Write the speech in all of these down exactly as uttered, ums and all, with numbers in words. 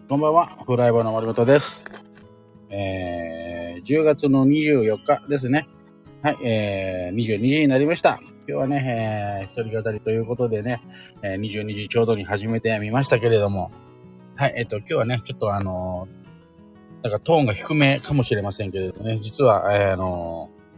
こんばんは、フライバーの森本です。えー、じゅうがつのにじゅうよっかですね。はい、えー、にじゅうにじになりました。今日はね、えー、一人語りということでね、えー、にじゅうにじちょうどに始めてみましたけれども、はい、えっと、今日はね、ちょっとあのー、なんかトーンが低めかもしれませんけれどもね、実は、えー、あのー、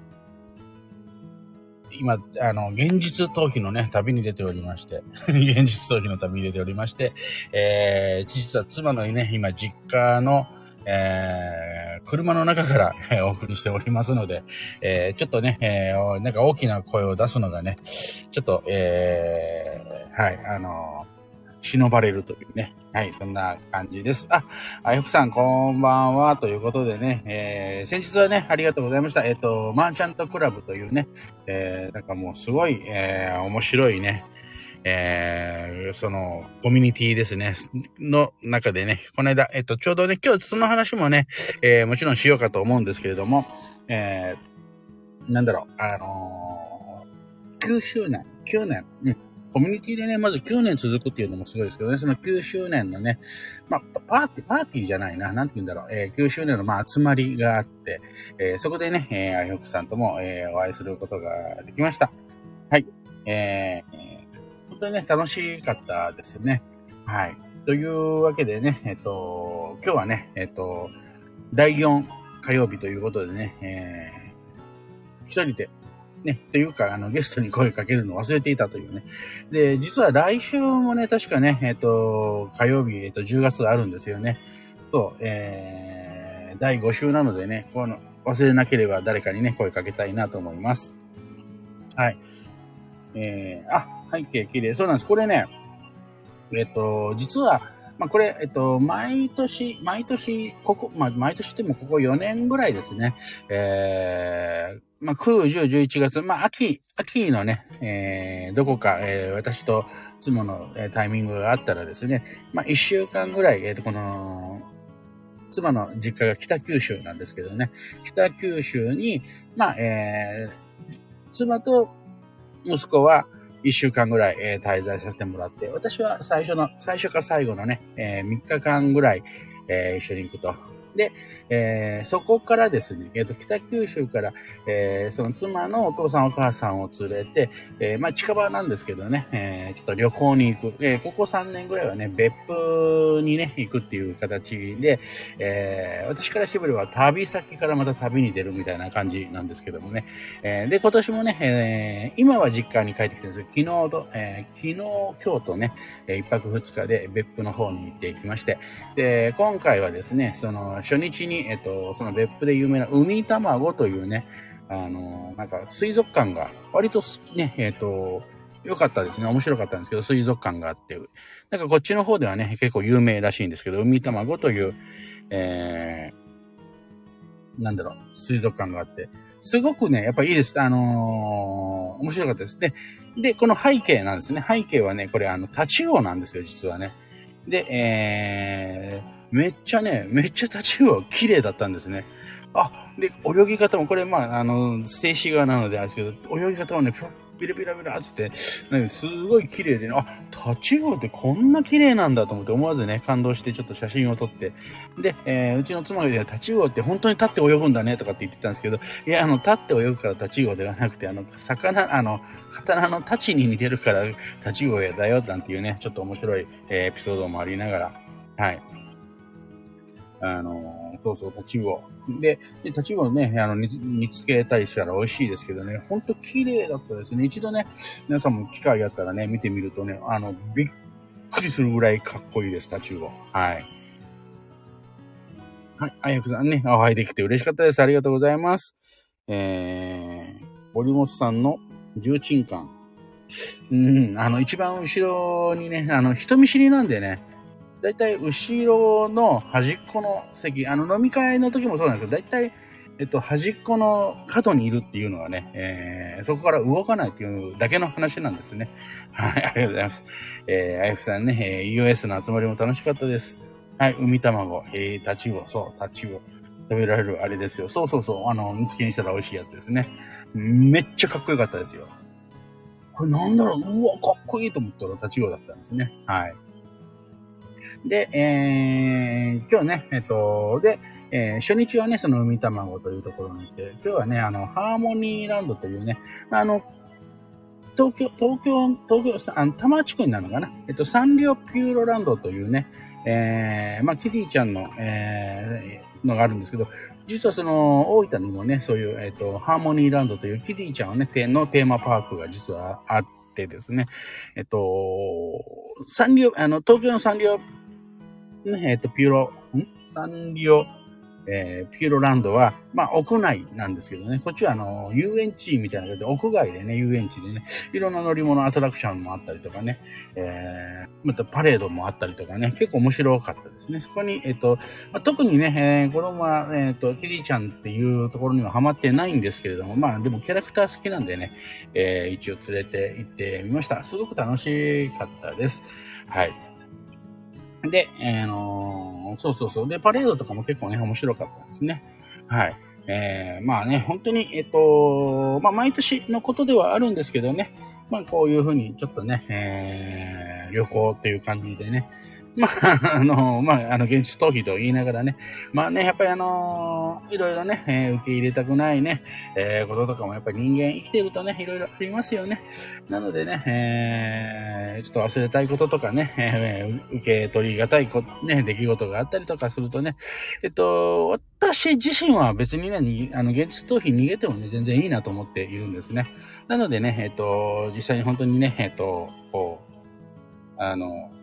今、あの、現実逃避のね、旅に出ておりまして、現実逃避の旅に出ておりまして、えー、実は妻のね、今、実家の、えー、車の中からお送りしておりますので、えー、ちょっとね、えー、なんか大きな声を出すのがね、ちょっと、えー、はい、あのー、忍ばれるというね。はい、そんな感じです。あ、あゆくさん、こんばんは。ということでね、えー、先日はね、ありがとうございました。えっと、マーチャントクラブというね、えー、なんかもうすごい、えー、面白いね、えー、その、コミュニティですね、の中でね、この間、えっと、ちょうどね、今日その話もね、えー、もちろんしようかと思うんですけれども、えー、なんだろう、あのー、きゅうしゅうねん、きゅうねん、うん。コミュニティでね、まずきゅうねん続くっていうのもすごいですけどね、そのきゅうしゅうねんのね、まあ、パーティー、パーティーじゃないな、なんて言うんだろう、えー、きゅうしゅうねんのまあ集まりがあって、えー、そこでね、えー、あゆくさんとも、えー、お会いすることができました。はい。えー、本当にね、楽しかったですね。はい。というわけでね、えっと、今日はね、えっと、だいよん火曜日ということでね、えー、一人で、ね、というか、あの、ゲストに声かけるの忘れていたというね。で、実は来週もね、確かね、えっと、火曜日、えっと、じゅうがつあるんですよね。そう、えー、だいご週なのでね、この、忘れなければ誰かにね、声かけたいなと思います。はい。えー、あ、背景綺麗。そうなんです。これね、えっと、実は、まあ、これ、えっと、毎年、毎年、ここ、まあ、毎年ってもここよねんぐらいですね。えー、まあ、く、じゅう、じゅういちがつ、まあ、秋、秋のね、えー、どこか、えー、私と妻の、えー、タイミングがあったらですね、まあ、いっしゅうかんぐらい、えっと、この、妻の実家が北九州なんですけどね、北九州に、まあ、えー、妻と息子は、一週間ぐらい、えー、滞在させてもらって、私は最初の、最初か最後のね、えー、みっかかんぐらい、えー、一緒に行くと。で、えー、そこからですね、えっと、北九州から、えー、その妻のお父さんお母さんを連れて、えー、まあ、近場なんですけどね、えー、ちょっと旅行に行く。えー、ここさんねんぐらいはね、別府にね、行くっていう形で、えー、私からしてみれば旅先からまた旅に出るみたいな感じなんですけどもね。えー、で、今年もね、えー、今は実家に帰ってきてるんですけど、昨日と、えー、昨日、今日とね、一泊二日で別府の方に行っていきまして、で、今回はですね、その、初日に、えっと、その別府で有名な海卵というね、あの、なんか水族館が割とね、えっと、良かったですね。面白かったんですけど、水族館があって、なんかこっちの方ではね、結構有名らしいんですけど、海卵という、えー、なんだろう、水族館があって、すごくね、やっぱいいです。あのー、面白かったです。で、で、この背景なんですね。背景はね、これあの、タチウオなんですよ、実はね。で、えー、めっちゃね、めっちゃタチウオ綺麗だったんですね。あ、で、泳ぎ方も、これ、まあ、あの、静止画なのであれですけど、泳ぎ方もね、ピラピラピラってって、ね、すごい綺麗でね、あ、タチウオってこんな綺麗なんだと思って思わずね、感動してちょっと写真を撮って、で、えー、うちの妻が言うタチウオって本当に立って泳ぐんだねとかって言ってたんですけど、いや、あの、立って泳ぐからタチウオではなくて、あの、魚、あの、刀の太刀に似てるからタチウオだよ、なんていうね、ちょっと面白い、えー、エピソードもありながら、はい。あの、そうそう、タチウオ。で、でタチウオね、あの、煮、煮つけたりしたら美味しいですけどね、ほんと綺麗だったですね。一度ね、皆さんも機会あったらね、見てみるとね、あの、びっくりするぐらいかっこいいです、タチウオ。はい。はい、あやくさんね、お会いできて嬉しかったです。ありがとうございます。えー、森本さんの重鎮感。うん、あの、一番後ろにね、あの、人見知りなんでね、だいたい後ろの端っこの席、あの飲み会の時もそうなんですけど、だいたい、えっと、端っこの角にいるっていうのはね、えー、そこから動かないっていうだけの話なんですね。はい、ありがとうございます。えー、あやふさんね、えー、ユーエス の集まりも楽しかったです。はい、海卵、えー、タチウオ、そう、タチウオ。食べられるあれですよ。そうそうそう、あの、煮付けにしたら美味しいやつですね。めっちゃかっこよかったですよ。これなんだろう、うわ、かっこいいと思ったらタチウオだったんですね。はい。 で、えー、今日ね、えっと、で、えー、初日はね、その海卵というところに行って、今日はね、あの、ハーモニーランドというね、あの、東京、東京、東京、あの、多摩地区になるのかな。えっと、サンリオピューロランドというね、えー、まあ、キティちゃんの、えー、のがあるんですけど、実はその、大分にもね、そういう、えっと、ハーモニーランドというキティちゃんをね、のテーマパークが実はあってですね、えっと、サンリオ、あの、東京のサンリオ、ね、えっと、ピューロ、んサンリオ、えー、ピューロランドは、まあ、屋内なんですけどね、こっちはあの、遊園地みたいな感じで、屋外でね、遊園地でね、いろんな乗り物、アトラクションもあったりとかね、えー、またパレードもあったりとかね、結構面白かったですね。そこに、えっと、まあ、特にね、えー、子供は、えっと、キティちゃんっていうところにはハマってないんですけれども、まあ、でもキャラクター好きなんでね、えー、一応連れて行ってみました。すごく楽しかったです。はい。で、あのー、そうそうそう。で、パレードとかも結構ね、面白かったんですね。はい。えー、まあね、本当に、えっと、まあ、毎年のことではあるんですけどね、まあ、こういうふうに、ちょっとね、えー、旅行っていう感じでね、まあ、あの、まあ、あの、現実逃避と言いながらね、まあね、やっぱりあのー、いろいろね、えー、受け入れたくないね、えー、こととかもやっぱり人間生きてるとね、いろいろありますよね。なのでね、えー、ちょっと忘れたいこととかね、えー、受け取りがたいこ、ね、出来事があったりとかするとね、えっと、私自身は別にね、あの、現実逃避逃げてもね、全然いいなと思っているんですね。なのでね、えっと、実際に本当にね、えっと、こう、あの、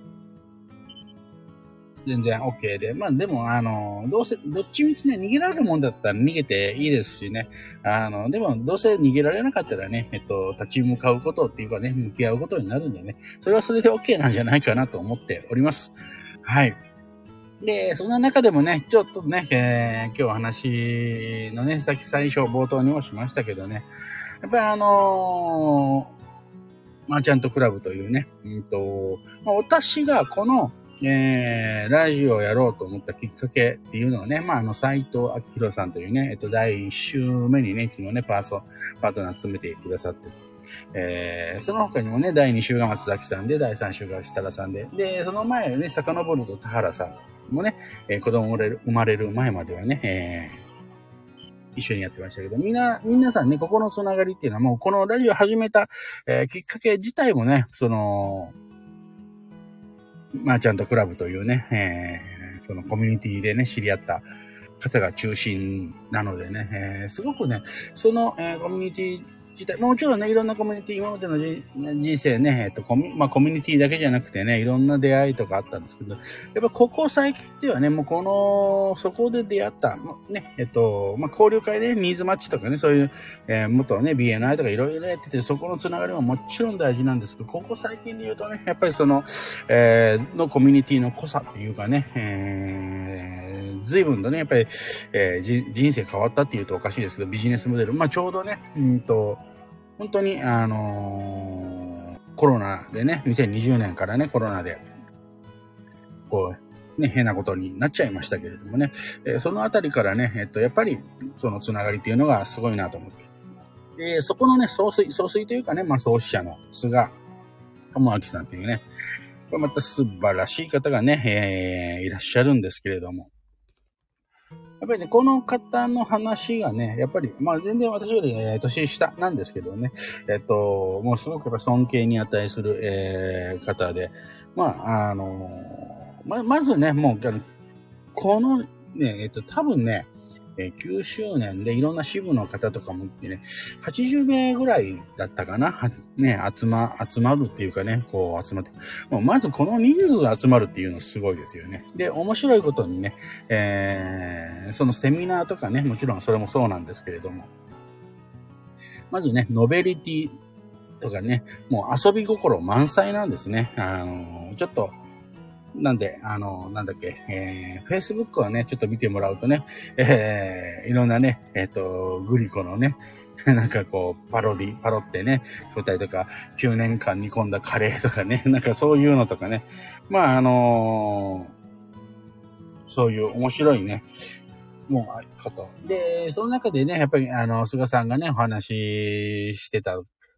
全然 OK で。まあでも、あの、どうせ、どっちみちね、逃げられるもんだったら逃げていいですしね。あの、でも、どうせ逃げられなかったらね、えっと、立ち向かうことっていうかね、向き合うことになるんでね、それはそれで OK なんじゃないかなと思っております。はい。で、そんな中でもね、ちょっとね、えー、今日お話のね、さっき最初冒頭にもしましたけどね、やっぱりあのー、マーチャントクラブというね、うんと、まあ、私がこの、えー、ラジオをやろうと思ったきっかけっていうのはね、まあ、あの、斉藤明宏さんというね、えっと、だいいち週目にね、いつもね、パーソ、パートナー詰めてくださって、えー、その他にもね、だいに週が松崎さんで、だいさん週が設楽さんで、で、その前ね、遡ると田原さんもね、えー、子供生まれる、生まれる前まではね、えー一緒にやってましたけど、みんな、皆さんね、ここのつながりっていうのはもうこのラジオ始めた、えー、きっかけ自体もね、その、マーチャントクラブというね、えー、そのコミュニティでね、知り合った方が中心なのでね、えー、すごくね、その、えー、コミュニティ自体、もちろんね、いろんなコミュニティ、今までの人生ね、えっと、コミ、まあ、コミュニティだけじゃなくてね、いろんな出会いとかあったんですけど、やっぱここ最近ではね、もうこの、そこで出会った、ね、えっと、まあ、交流会でニーズマッチとかね、そういう、えー、元ね、ビーエヌアイ とかいろいろやってて、そこのつながりももちろん大事なんですけど、ここ最近で言うとね、やっぱりその、えー、のコミュニティの濃さっていうかね、えー、随分とね、やっぱり、えー、人生変わったっていうとおかしいですけど、ビジネスモデル、まあ、ちょうどね、うんと、本当に、あのー、コロナでね、にせんにじゅうねんからね、コロナで、こう、ね、変なことになっちゃいましたけれどもね、えー、そのあたりからね、えっと、やっぱり、そのつながりっていうのがすごいなと思って。で、そこのね、総帥、総帥というかね、まあ、創始者の菅智明さんっていうね、これまた素晴らしい方がね、えー、いらっしゃるんですけれども、やっぱりね、この方の話がね、やっぱり、まあ全然私より、えー、年下なんですけどね、えっと、もうすごくやっぱ尊敬に値する、えー、方で、まあ、あのー、ま、まずね、もう、このね、えっと、多分ね、きゅうしゅうねんでいろんな支部の方とかもってね、はちじゅうめいぐらいだったかな。ね、集ま、集まるっていうかね、こう集まって。もうまずこの人数集まるっていうのすごいですよね。で、面白いことにね、えー、そのセミナーとかね、もちろんそれもそうなんですけれども、まずね、ノベリティとかね、もう遊び心満載なんですね。あのー、ちょっと、なんで、あの、なんだっけ、えー、Facebook はね、ちょっと見てもらうとね、えー、いろんなね、えっと、グリコのね、なんかこう、パロディ、パロってね、状態とか、きゅうねんかん煮込んだカレーとかね、なんかそういうのとかね、まあ、あのー、そういう面白いね、もう、こと。で、その中でね、やっぱり、あの、菅さんがね、お話ししてた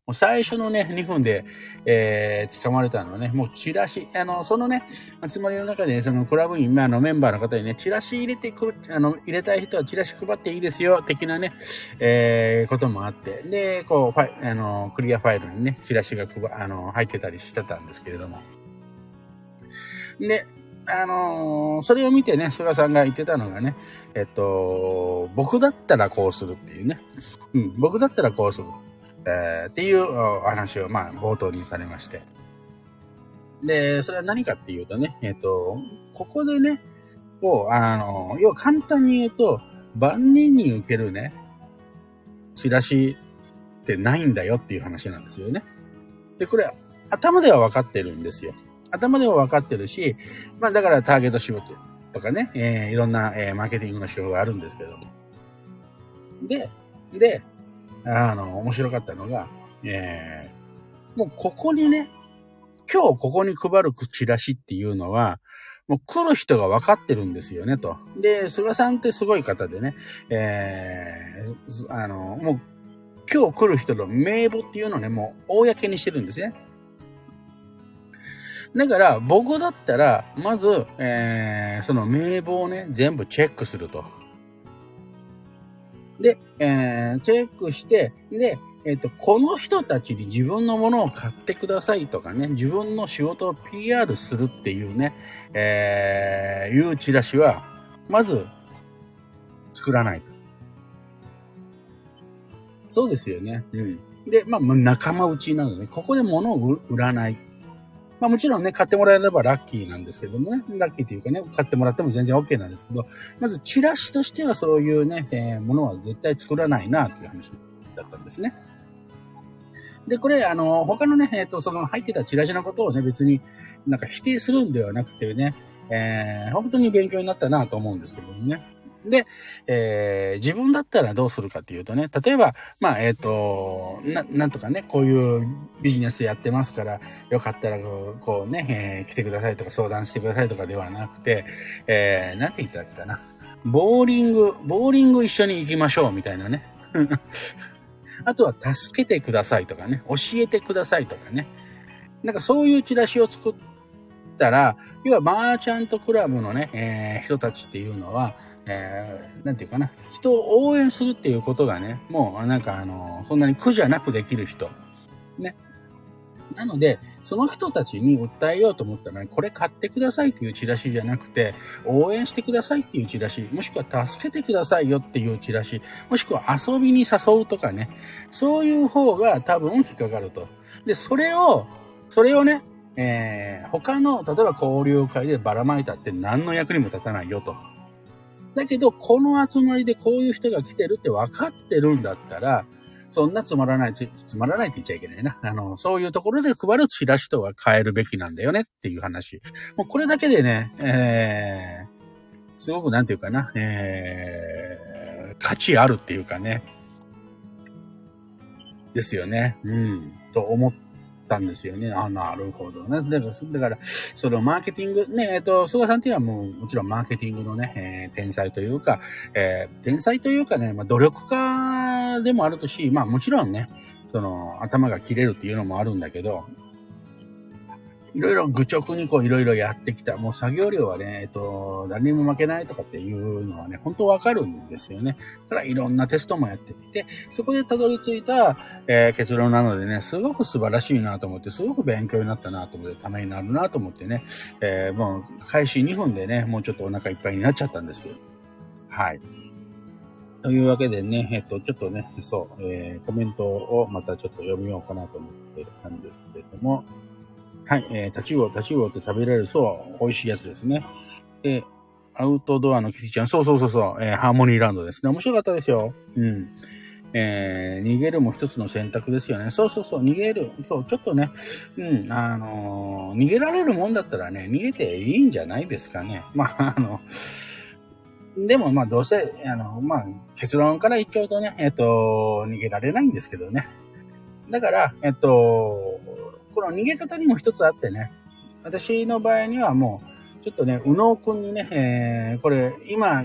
う最初のね、にふんで、えー、掴まれたのはね、もうチラシ、あの、そのね、集まりの中で、ね、そのクラブ員、まあ、あの、メンバーの方にね、チラシ入れてく、あの、入れたい人はチラシ配っていいですよ、的なね、えー、こともあって、で、こう、ファイ、あの、クリアファイルにね、チラシが配、あの、入ってたりしてたんですけれども。で、あのー、それを見てね、菅さんが言ってたのがね、えっと、僕だったらこうするっていうね、うん、僕だったらこうする。えー、っていうお話を、まあ、冒頭にされまして。で、それは何かっていうとね、えっと、ここでね、こう、あの、要は簡単に言うと、万人に受けるね、チラシってないんだよっていう話なんですよね。で、これ、頭では分かってるんですよ。頭では分かってるし、まあ、だからターゲット仕事とかね、えー、いろんな、えー、マーケティングの手法があるんですけども。で、で、あの、面白かったのが、えー、もうここにね、今日ここに配るチラシっていうのは、もう来る人が分かってるんですよね、と。で、菅さんってすごい方でね、えー、あの、もう今日来る人の名簿っていうのをね、もう公にしてるんですね。だから僕だったら、まず、えー、その名簿をね、全部チェックすると。で、えー、チェックして、で、えっと、この人たちに自分のものを買ってくださいとかね、自分の仕事を ピーアール するっていうね、えー、いうチラシは、まず、作らないと。そうですよね。うん。で、まあ、仲間内なので、ね、ここで物を売らない。まあもちろんね、買ってもらえればラッキーなんですけどもね、ラッキーというかね、買ってもらっても全然 OK なんですけど、まずチラシとしてはそういうね、えー、ものは絶対作らないなという話だったんですね。で、これ、あの、他のね、えっと、その入ってたチラシのことをね、別になんか否定するんではなくてね、えー、本当に勉強になったなと思うんですけどもね。で、えー、自分だったらどうするかっていうとね、例えば、まあ、えっと、な、なんとかね、こういうビジネスやってますから、よかったらこう、こうね、えー、来てくださいとか相談してくださいとかではなくて、えー、なんて言ったっけかな。ボーリング、ボーリング一緒に行きましょうみたいなね。あとは助けてくださいとかね、教えてくださいとかね。なんかそういうチラシを作ったら、要はマーチャントクラブのね、えー、人たちっていうのは、えー、なんていうかな、人を応援するっていうことがね、もうなんかあの、そんなに苦じゃなくできる人。ね。なので、その人たちに訴えようと思ったら、ね、これ買ってくださいっていうチラシじゃなくて、応援してくださいっていうチラシ、もしくは助けてくださいよっていうチラシ、もしくは遊びに誘うとかね、そういう方が多分引っかかると。で、それを、それをね、えー、他の、例えば交流会でばらまいたって何の役にも立たないよと。だけど、この集まりでこういう人が来てるって分かってるんだったら、そんなつまらない、つ、つまらないって言っちゃいけないな。あの、そういうところで配るチラシとは変えるべきなんだよねっていう話。もうこれだけでね、えー、すごくなんていうかな、えー、価値あるっていうかね。ですよね。うん。と思ったんですよね。あ、なるほどね。だから、だからそのマーケティング、ね、えっと、菅さんっていうのはもう、もちろんマーケティングのね、えー、天才というか、えー、天才というかね、まあ、努力家でもあるとし、まあ、もちろんね、その、頭が切れるっていうのもあるんだけど、いろいろ愚直にこういろいろやってきた。もう作業量はね、えっと、誰にも負けないとかっていうのはね、本当わかるんですよね。だからいろんなテストもやってきて、そこでたどり着いた、えー、結論なのでね、すごく素晴らしいなと思って、すごく勉強になったなと思って、ためになるなと思ってね、えー、もう開始にふんでね、もうちょっとお腹いっぱいになっちゃったんですよ。はい。というわけでね、えっと、ちょっとね、そう、えー、コメントをまたちょっと読みようかなと思ってたんですけれども、はい、えー、タチウオ、タチウオって食べられる、そう、美味しいやつですね。で、アウトドアのキティちゃん、そうそうそうそう、えー、ハーモニーランドですね。面白かったですよ。うん。えー、逃げるも一つの選択ですよね。そうそうそう、逃げる。そう、ちょっとね、うん、あのー、逃げられるもんだったらね、逃げていいんじゃないですかね。まあ、あの、でもまあ、どうせ、あの、まあ、結論から言っちゃうとね、えっと、逃げられないんですけどね。だから、えっと、この逃げ方にも一つあってね、私の場合にはもう、ちょっとね、右脳くんにね、えー、これ、今、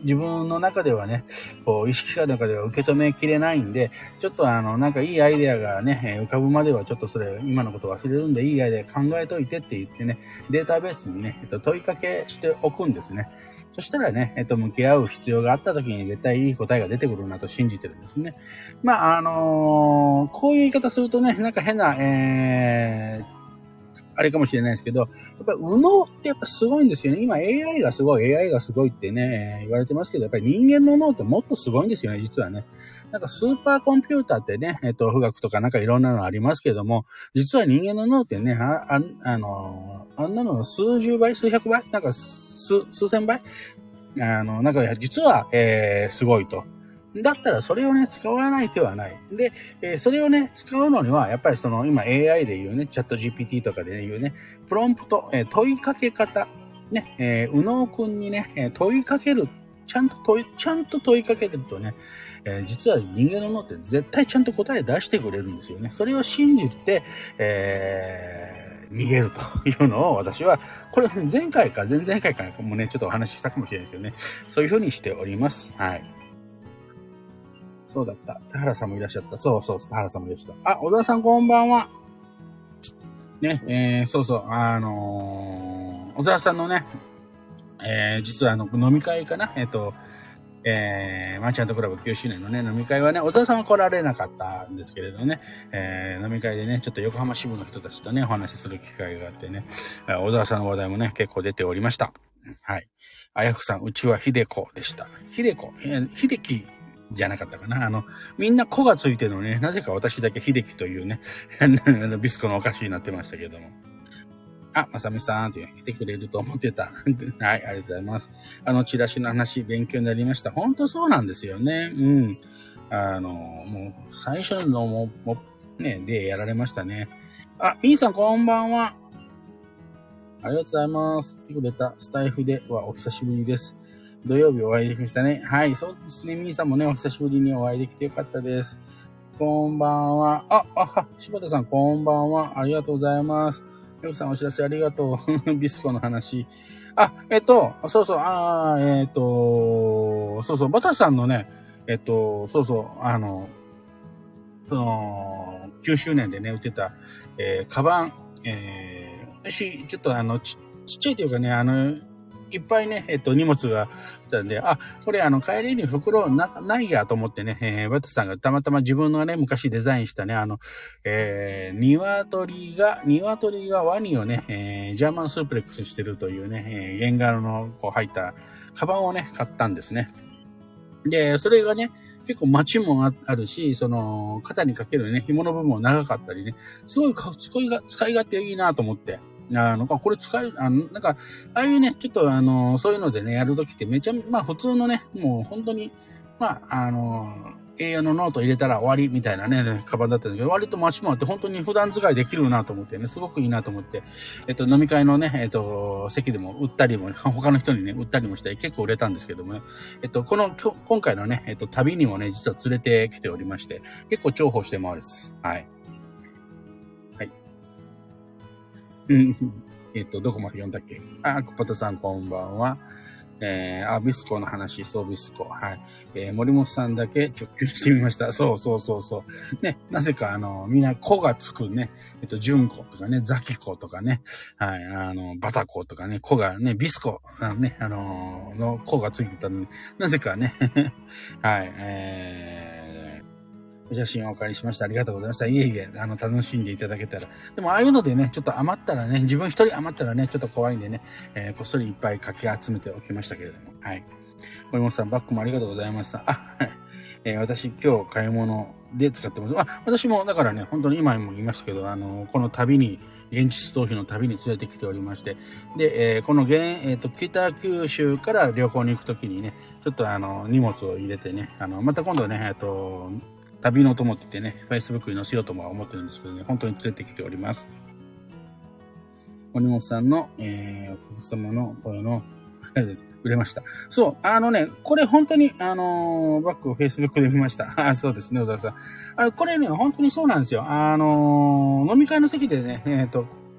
自分の中ではね、こう、意識下の中では受け止めきれないんで、ちょっとあの、なんかいいアイデアがね、浮かぶまではちょっとそれ、今のこと忘れるんで、いいアイデア考えといてって言ってね、データベースにね、えっと、問いかけしておくんですね。そしたらね、えっと、向き合う必要があった時に絶対いい答えが出てくるなと信じてるんですね。まあ、あのー、こういう言い方するとね、なんか変な、えー、あれかもしれないですけど、やっぱり右脳ってやっぱすごいんですよね。今 エーアイ がすごい、エーアイ がすごいってね、言われてますけど、やっぱり人間の脳ってもっとすごいんですよね、実はね。なんかスーパーコンピューターってね、えっと、富岳とかなんかいろんなのありますけども、実は人間の脳ってね、あ、あ、あのー、あんなの数十倍、数百倍なんか数、数千倍あの、なんか実は、えー、すごいと。だったらそれをね、使わない手はない。で、えー、それをね、使うのには、やっぱりその、今 エーアイ で言うね、チャット ジーピーティー とかで、ね、言うね、プロンプト、えー、問いかけ方、ね、えー、右脳くんにね、えー、問いかける、ちゃんと問い、ちゃんと問いかけてるとね、えー、実は人間の脳って絶対ちゃんと答え出してくれるんですよね。それを信じて、えー、逃げるというのを私は、これ前回か前々回かもね、ちょっとお話ししたかもしれないけどね、そういうふうにしております。はい。そうだった。田原さんもいらっしゃった。そうそう、田原さんもいらっしゃった。あ、小沢さんこんばんは。ね、えー、そうそう、あのー、小沢さんのね、えー、実はあの、飲み会かなえっ、ー、と、えー、マーチャントクラブきゅうしゅうねんのね、飲み会はね、小沢さんは来られなかったんですけれどね、えー、飲み会でね、ちょっと横浜支部の人たちとね、お話しする機会があってね、小沢さんの話題もね、結構出ておりました。はい。あやふさん、うちは秀子でした。秀子、えー、秀樹じゃなかったかな。あの、みんな子がついてるのね、なぜか私だけ秀樹というね、ビスコのお菓子になってましたけども。あ、まさみさんって来てくれると思ってた。はい、ありがとうございます。あの、チラシの話、勉強になりました。本当そうなんですよね。うん。あの、もう、最初のも、も、ね、でやられましたね。あ、みーさんこんばんは。ありがとうございます。来てくれたスタイフではお久しぶりです。土曜日お会いできましたね。はい、そうですね。みーさんもね、お久しぶりにお会いできてよかったです。こんばんは。あ、あ、柴田さんこんばんは。ありがとうございます。よくさんお知らせありがとう。ビスコの話。あ、えっと、そうそう、あえっと、そうそう、バタさんのね、えっと、そうそう、あの、その、きゅうしゅうねんでね、売ってた、えー、カバン、えー、私、ちょっとあの、ち、ちっちゃいというかね、あの、いっぱいね、えっと、荷物が来たんで、あ、これあの、帰りに袋な、ないやと思ってね、えー、バタさんがたまたま自分がね、昔デザインしたね、あの、えー、鶏が、鶏がワニをね、えー、ジャーマンスープレックスしてるというね、えー、原画のこう入ったカバンをね、買ったんですね。で、それがね、結構待ちもあるし、その、肩にかけるね、紐の部分も長かったりね、すごい使いが、使い勝手いいなと思って。あの、これ使い、あの、なんか、ああいうね、ちょっとあの、そういうのでね、やるときってめちゃ、まあ普通のね、もう本当に、まあ、あの、エーヨー のノート入れたら終わりみたいなね、カバンだったんですけど、割と待ちもあって本当に普段使いできるなと思ってね、すごくいいなと思って、えっと、飲み会のね、えっと、席でも売ったりも、他の人にね、売ったりもして結構売れたんですけどもね、えっと、この、今回のね、えっと、旅にもね、実は連れてきておりまして、結構重宝して回るです。はい。はい。うん。えっと、どこまで読んだっけ？あ、コパタさんこんばんは。えー、あ、ビスコの話、そうビスコ。はい。えー、森本さんだけ直球してみました。そうそうそうそう。ね、なぜかあの、みんな子がつくね、えっと、純子とかね、ザキ子とかね、はい、あの、バタ子とかね、子がね、ビスコ、あのね、あのー、の子がついてたのに、なぜかね、はい、えー、お写真をお借りしました。ありがとうございました。いえいえ、あの、楽しんでいただけたら。でも、ああいうのでね、ちょっと余ったらね、自分一人余ったらね、ちょっと怖いんでね、えー、こっそりいっぱいかき集めておきましたけれども。はい。森本さん、バッグもありがとうございました。あ、はい。えー、私、今日買い物で使ってます。あ、私も、だからね、本当に今も言いましたけど、あの、この旅に、現実逃避の旅に連れてきておりまして、で、えー、この現、えっと、北九州から旅行に行くときにね、ちょっとあの、荷物を入れてね、あの、また今度ね、えっと、旅の友って言ってね、Facebook に載せようとも思ってるんですけどね、本当に連れてきております。森本さんの、えー、お客様の声の、売れました。そう、あのね、これ本当に、あのー、バッグを Facebook で見ました。あ、そうですね、小沢さん。あこれね、本当にそうなんですよ。あのー、飲み会の席でね、えっと、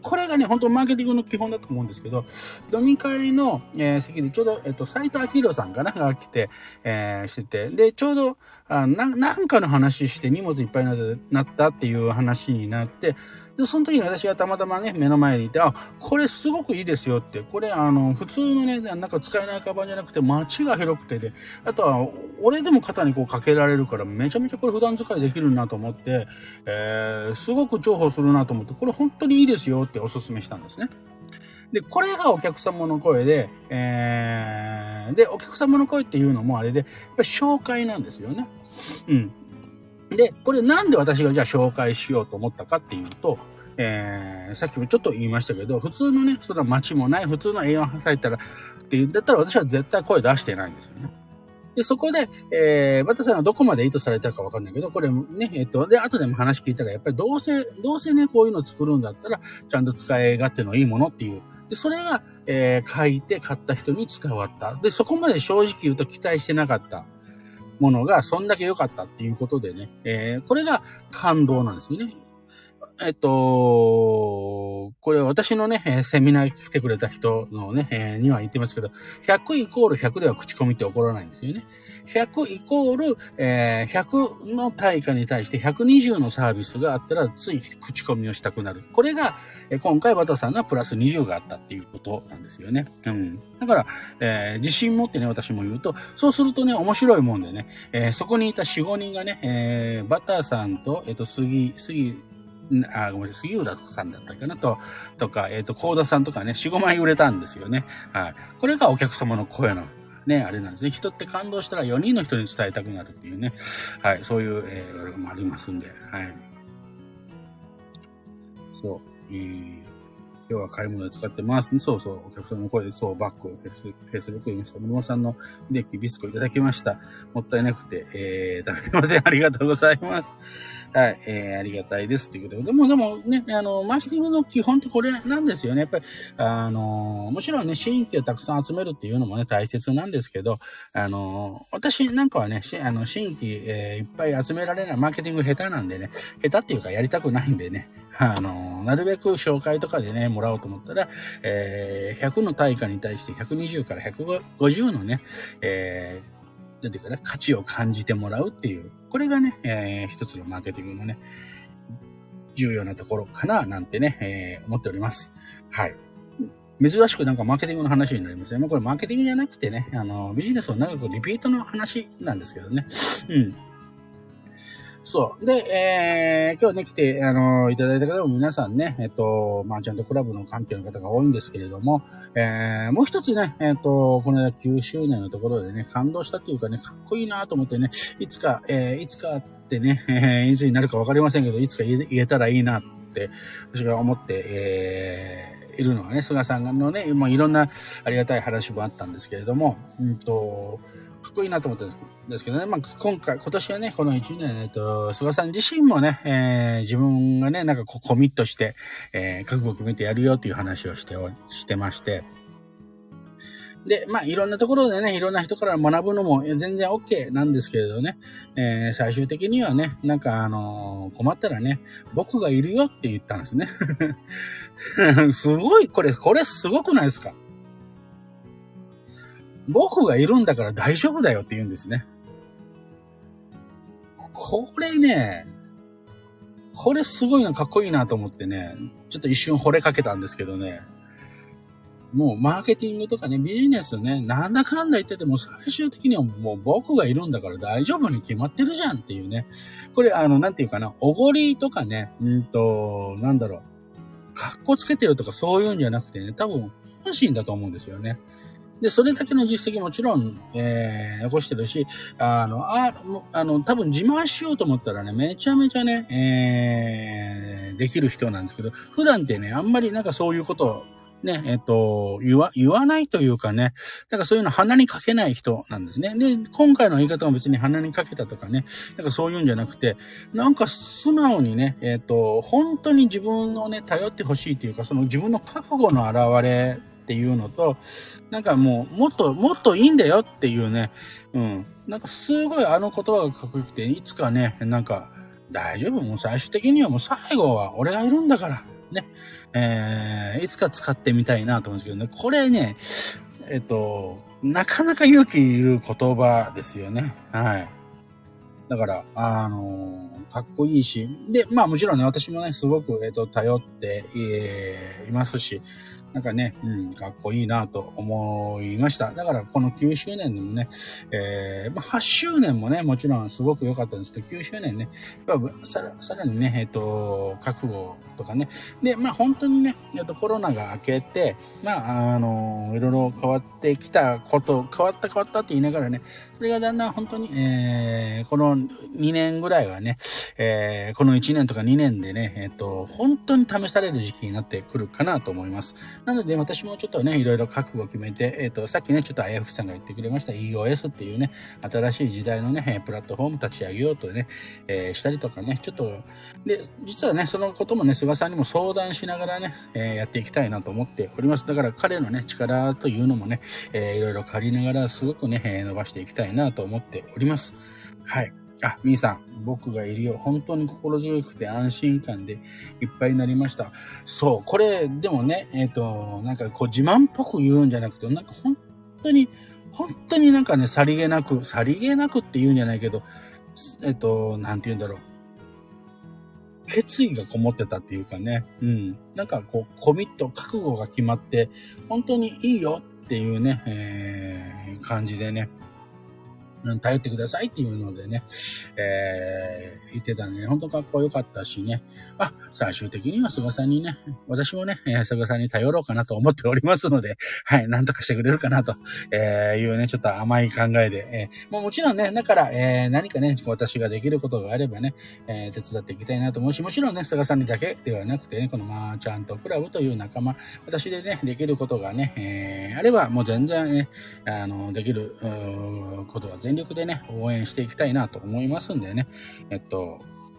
これがね、本当マーケティングの基本だと思うんですけど、飲み会の、えー、席でちょうど、えっと、斉藤明宏さんかなが来て、えー、してて、で、ちょうど、あな、なんかの話して荷物いっぱいになったなったっていう話になって、で、その時に私がたまたまね、目の前にいて、あ、これすごくいいですよって、これあの、普通のね、なんか使えないカバンじゃなくて、街が広くてで、あとは、俺でも肩にこうかけられるから、めちゃめちゃこれ普段使いできるなと思って、えー、すごく重宝するなと思って、これ本当にいいですよっておすすめしたんですね。で、これがお客様の声で、えー、で、お客様の声っていうのもあれで、やっぱり紹介なんですよね。うん。で、これなんで私がじゃあ紹介しようと思ったかっていうと、えー、さっきもちょっと言いましたけど、普通のね、そんな街もない普通の エーワン 入ったらっていうんだったら私は絶対声出してないんですよね。で、そこで、えー、バタさんがどこまで意図されたかわかんないけど、これね、えっと、で、後でも話聞いたら、やっぱりどうせ、どうせね、こういうの作るんだったら、ちゃんと使い勝手のいいものっていう。で、それが、えー、書いて買った人に伝わった。で、そこまで正直言うと期待してなかったものが、そんだけ良かったっていうことでね、えー、これが感動なんですよね。えっと、これ私のね、セミナー来てくれた人のね、えー、には言ってますけど、ひゃくイコールひゃくでは口コミって起こらないんですよね。ひゃくイコール、えー、ひゃくの対価に対してひゃくにじゅうのサービスがあったらつい口コミをしたくなる。これが、えー、今回バタさんがプラスにじゅうがあったっていうことなんですよね。うん。だから、えー、自信持ってね、私も言うと、そうするとね、面白いもんでね、えー、そこにいたよん、ごにんがね、えー、バタさんと、えっと、杉、杉、あ、ごめんなさい、杉浦さんだったかなと、とか、えっと、高田さんとかね、よん、ごまい売れたんですよね。はい。これがお客様の声の、ね、あれなんですね。人って感動したらよにんの人に伝えたくなるっていうね。はい。そういう、えー、のもありますんで、はい。そう。えー今日は買い物で使ってます。そうそう。お客さんの声で、そう、バッグ、フェイスブック言いました。室さんの秀樹ビスコいただきました。もったいなくて、えー、食べれません。ありがとうございます。はい、えー、ありがたいです。っていうことで。でも、でもね、あの、マーケティングの基本ってこれなんですよね。やっぱり、あの、もちろんね、新規をたくさん集めるっていうのもね、大切なんですけど、あの、私なんかはね、あの、新規、えー、いっぱい集められない、マーケティング下手なんでね、下手っていうかやりたくないんでね、あの、なるべく紹介とかでね、もらおうと思ったら、えー、ひゃくの対価に対してひゃくにじゅうからひゃくごじゅうのね、えー、なんていうかな、価値を感じてもらうっていう、これがね、えー、一つのマーケティングのね、重要なところかな、なんてね、えー、思っております。はい。珍しくなんかマーケティングの話になりますね。もうこれマーケティングじゃなくてね、あの、ビジネスを長くリピートの話なんですけどね。うん。そう。で、えー、今日ね、来て、あの、いただいた方も皆さんね、えっと、マーチャントクラブの関係の方が多いんですけれども、えー、もう一つね、えっと、この間きゅうしゅうねんのところでね、感動したっていうかね、かっこいいなと思ってね、いつか、えー、いつかってね、えー、いつになるかわかりませんけど、いつか言え、言えたらいいなって、私が思って、えー、いるのはね、菅さんのね、もういろんなありがたい話もあったんですけれども、うんと、かっこいいなと思ったんですけどね。まあ、今回、今年はね、このいちねん、えっと、菅さん自身もね、えー、自分がね、なんかこうコミットして、えー、覚悟を決めてやるよっていう話をして、してまして。で、まあ、いろんなところでね、いろんな人から学ぶのも全然 OK なんですけれどね、えー、最終的にはね、なんかあのー、困ったらね、僕がいるよって言ったんですね。すごい、これ、これすごくないですか？僕がいるんだから大丈夫だよって言うんですね。これね、これすごいな、かっこいいなと思ってね、ちょっと一瞬惚れかけたんですけどね、もうマーケティングとかね、ビジネスね、なんだかんだ言ってても最終的にはもう僕がいるんだから大丈夫に決まってるじゃんっていうね。これあの、なんていうかな、おごりとかね、うんと、なんだろう、かっこつけてるとかそういうんじゃなくてね、多分本心だと思うんですよね。で、それだけの実績もちろん、えー、残してるし、あの、あ、あの、多分自慢しようと思ったらね、めちゃめちゃね、えー、できる人なんですけど、普段ってね、あんまりなんかそういうことを、ね、えっと、言わ、言わないというかね、なんかそういうの鼻にかけない人なんですね。で、今回の言い方も別に鼻にかけたとかね、なんかそういうんじゃなくて、なんか素直にね、えっと、本当に自分をね、頼ってほしいというか、その自分の覚悟の表れ、っていうのと、なんかもう、もっと、もっといいんだよっていうね、うん。なんかすごいあの言葉がかっこよくて、いつかね、なんか、大丈夫、もう最終的にはもう最後は俺がいるんだから、ね。 えー、いつか使ってみたいなと思うんですけどね、これね、えっと、なかなか勇気いる言葉ですよね。はい。だから、あのー、かっこいいし、で、まあもちろんね、私もね、すごく、えっと、頼って、えー、いますし、なんかね、うん、かっこいいなと思いました。だから、このきゅうしゅうねんでもね、えー、まあ、はっしゅうねんもね、もちろんすごく良かったんですけど、きゅうしゅうねんね、やっぱさら、さらにね、えっと、覚悟とかね、で、まあ本当にね、えっと、コロナが明けて、まあ、あのー、いろいろ変わってきたこと、変わった変わったって言いながらね、それがだんだん本当に、えー、このにねんぐらいはね、えー、このいちねんとかにねんでね、えっと、本当に試される時期になってくるかなと思います。なので、私もちょっとね、いろいろ覚悟を決めて、えっと、さっきね、ちょっとあやふさんが言ってくれました イーオーエス っていうね、新しい時代のね、プラットフォーム立ち上げようとね、えー、したりとかね、ちょっと、で、実はね、そのこともね、菅さんにも相談しながらね、えー、やっていきたいなと思っております。だから彼のね、力というのもね、えー、いろいろ借りながら、すごくね、えー、伸ばしていきたいなと思っております。はい。あ、みーさん、僕がいるよ。本当に心強くて安心感でいっぱいになりました。そう、これ、でもね、えっと、なんかこう自慢っぽく言うんじゃなくて、なんか本当に、本当になんかね、さりげなく、さりげなくって言うんじゃないけど、えっと、なんて言うんだろう。決意がこもってたっていうかね、うん。なんかこう、コミット、覚悟が決まって、本当にいいよっていうね、えー、感じでね、頼ってくださいっていうのでね、えー、言ってたんで、ね、本当かっこよかったしね。あ、最終的には菅さんにね、私もね、菅さんに頼ろうかなと思っておりますので、はい、なんとかしてくれるかなと、えー、いうね、ちょっと甘い考えで、えー、もうもちろんね、だから、えー、何かね、私ができることがあればね、えー、手伝っていきたいなと思うし、もちろんね、菅さんにだけではなくてね、このマーチャントクラブという仲間、私でね、できることがね、えー、あればもう全然ね、あの、できることは全力でね、応援していきたいなと思いますんでね、えっと、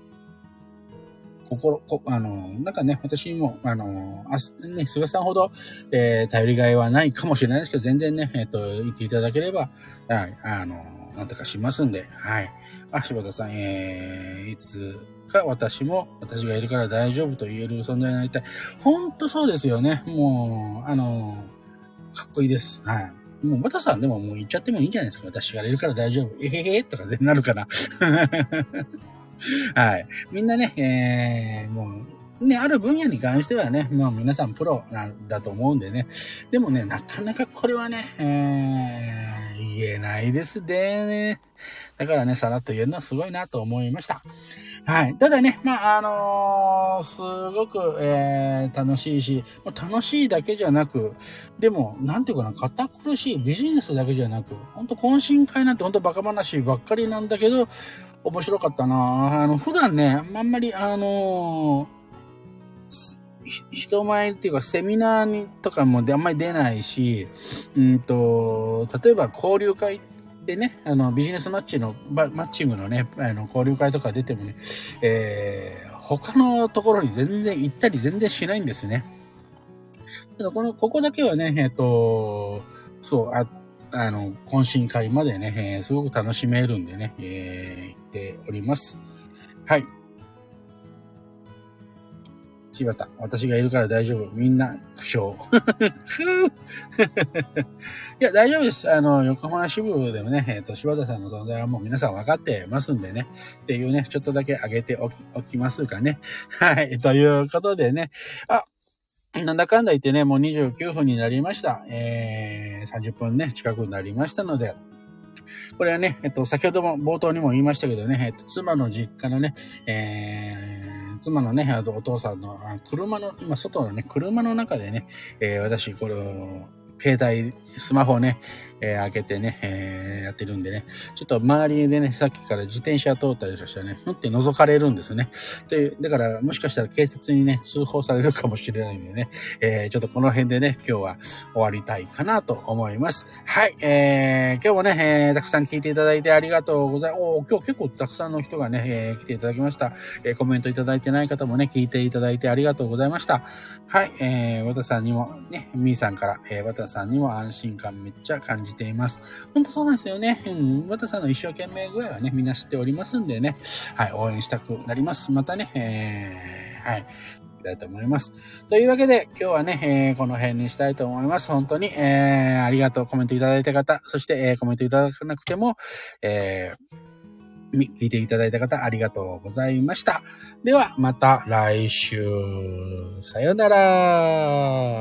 心、こあの、なんかね、私も、あの、あね、菅さんほど、えー、頼りがいはないかもしれないですけど、全然ね、えっと、言っていただければ、はい、あの、なんとかしますんで、はい。あ、柴田さん、えー、いつか私も、私がいるから大丈夫と言える存在になりたい。ほんとそうですよね。もう、あの、かっこいいです。はい。もう、バタさんでももう言っちゃってもいいんじゃないですか。私がいるから大丈夫。えへへとかでなるかな。はい。みんなね、えー、もう、ね、ある分野に関してはね、もう皆さんプロなんだと思うんでね。でもね、なかなかこれはね、えー、言えないですね。だからね、さらっと言えるのはすごいなと思いました。はい。ただね、まあ、あのー、すごく、えー、楽しいし、楽しいだけじゃなく、でも、なんていうかな、堅苦しいビジネスだけじゃなく、ほんと懇親会なんてほんとバカ話ばっかりなんだけど、面白かったな。あの、普段ね、あんまり、あのー、人前っていうかセミナーにとかもあんまり出ないし、うんと、例えば交流会でね、あの、ビジネスマッチの、マッチングのね、あの、交流会とか出てもね、えー、他のところに全然行ったり全然しないんですね。ただこの、ここだけはね、えっと、そう、あ、あの、懇親会までね、えー、すごく楽しめるんでね、えー、行っております。はい。柴田、私がいるから大丈夫。みんな、苦笑。いや、大丈夫です。あの、横浜支部でもね、えっと、柴田さんの存在はもう皆さん分かってますんでね。っていうね、ちょっとだけ上げておき、おきますかね。はい。ということでね。あ、なんだかんだ言ってね、もうにじゅうきゅうふんになりました。えー、さんじゅっぷんね、近くになりましたので、これはね、えっと、先ほども冒頭にも言いましたけどね、えっと、妻の実家のね、えー、妻のね、お父さんの車の、今外のね、車の中でね、えー、私、これを、携帯、スマホをね、えー、開けてね、えー、やってるんでね、ちょっと周りでね、さっきから自転車通ったりとかしたらね、ふって覗かれるんですね。で、だから、もしかしたら警察にね、通報されるかもしれないんでね、えー、ちょっとこの辺でね、今日は終わりたいかなと思います。はい、えー、今日もね、えー、たくさん聞いていただいてありがとうございます。おー、今日結構たくさんの人がね、えー、来ていただきました。えー、コメントいただいてない方もね、聞いていただいてありがとうございました。はい、えー、わたさんにもね、みーさんから、えー、わたさんにも安心感めっちゃ感じています。本当そうなんですよね。うん、わたさんの一生懸命具合はね、みんな知っておりますんでね、はい、応援したくなります。またね、えー、はい。 たいと思います。というわけで、今日はね、えー、この辺にしたいと思います。本当に、えー、ありがとう。コメントいただいた方、そして、えー、コメントいただかなくても、えー、聞いていただいた方、ありがとうございました。では、また来週。さよなら。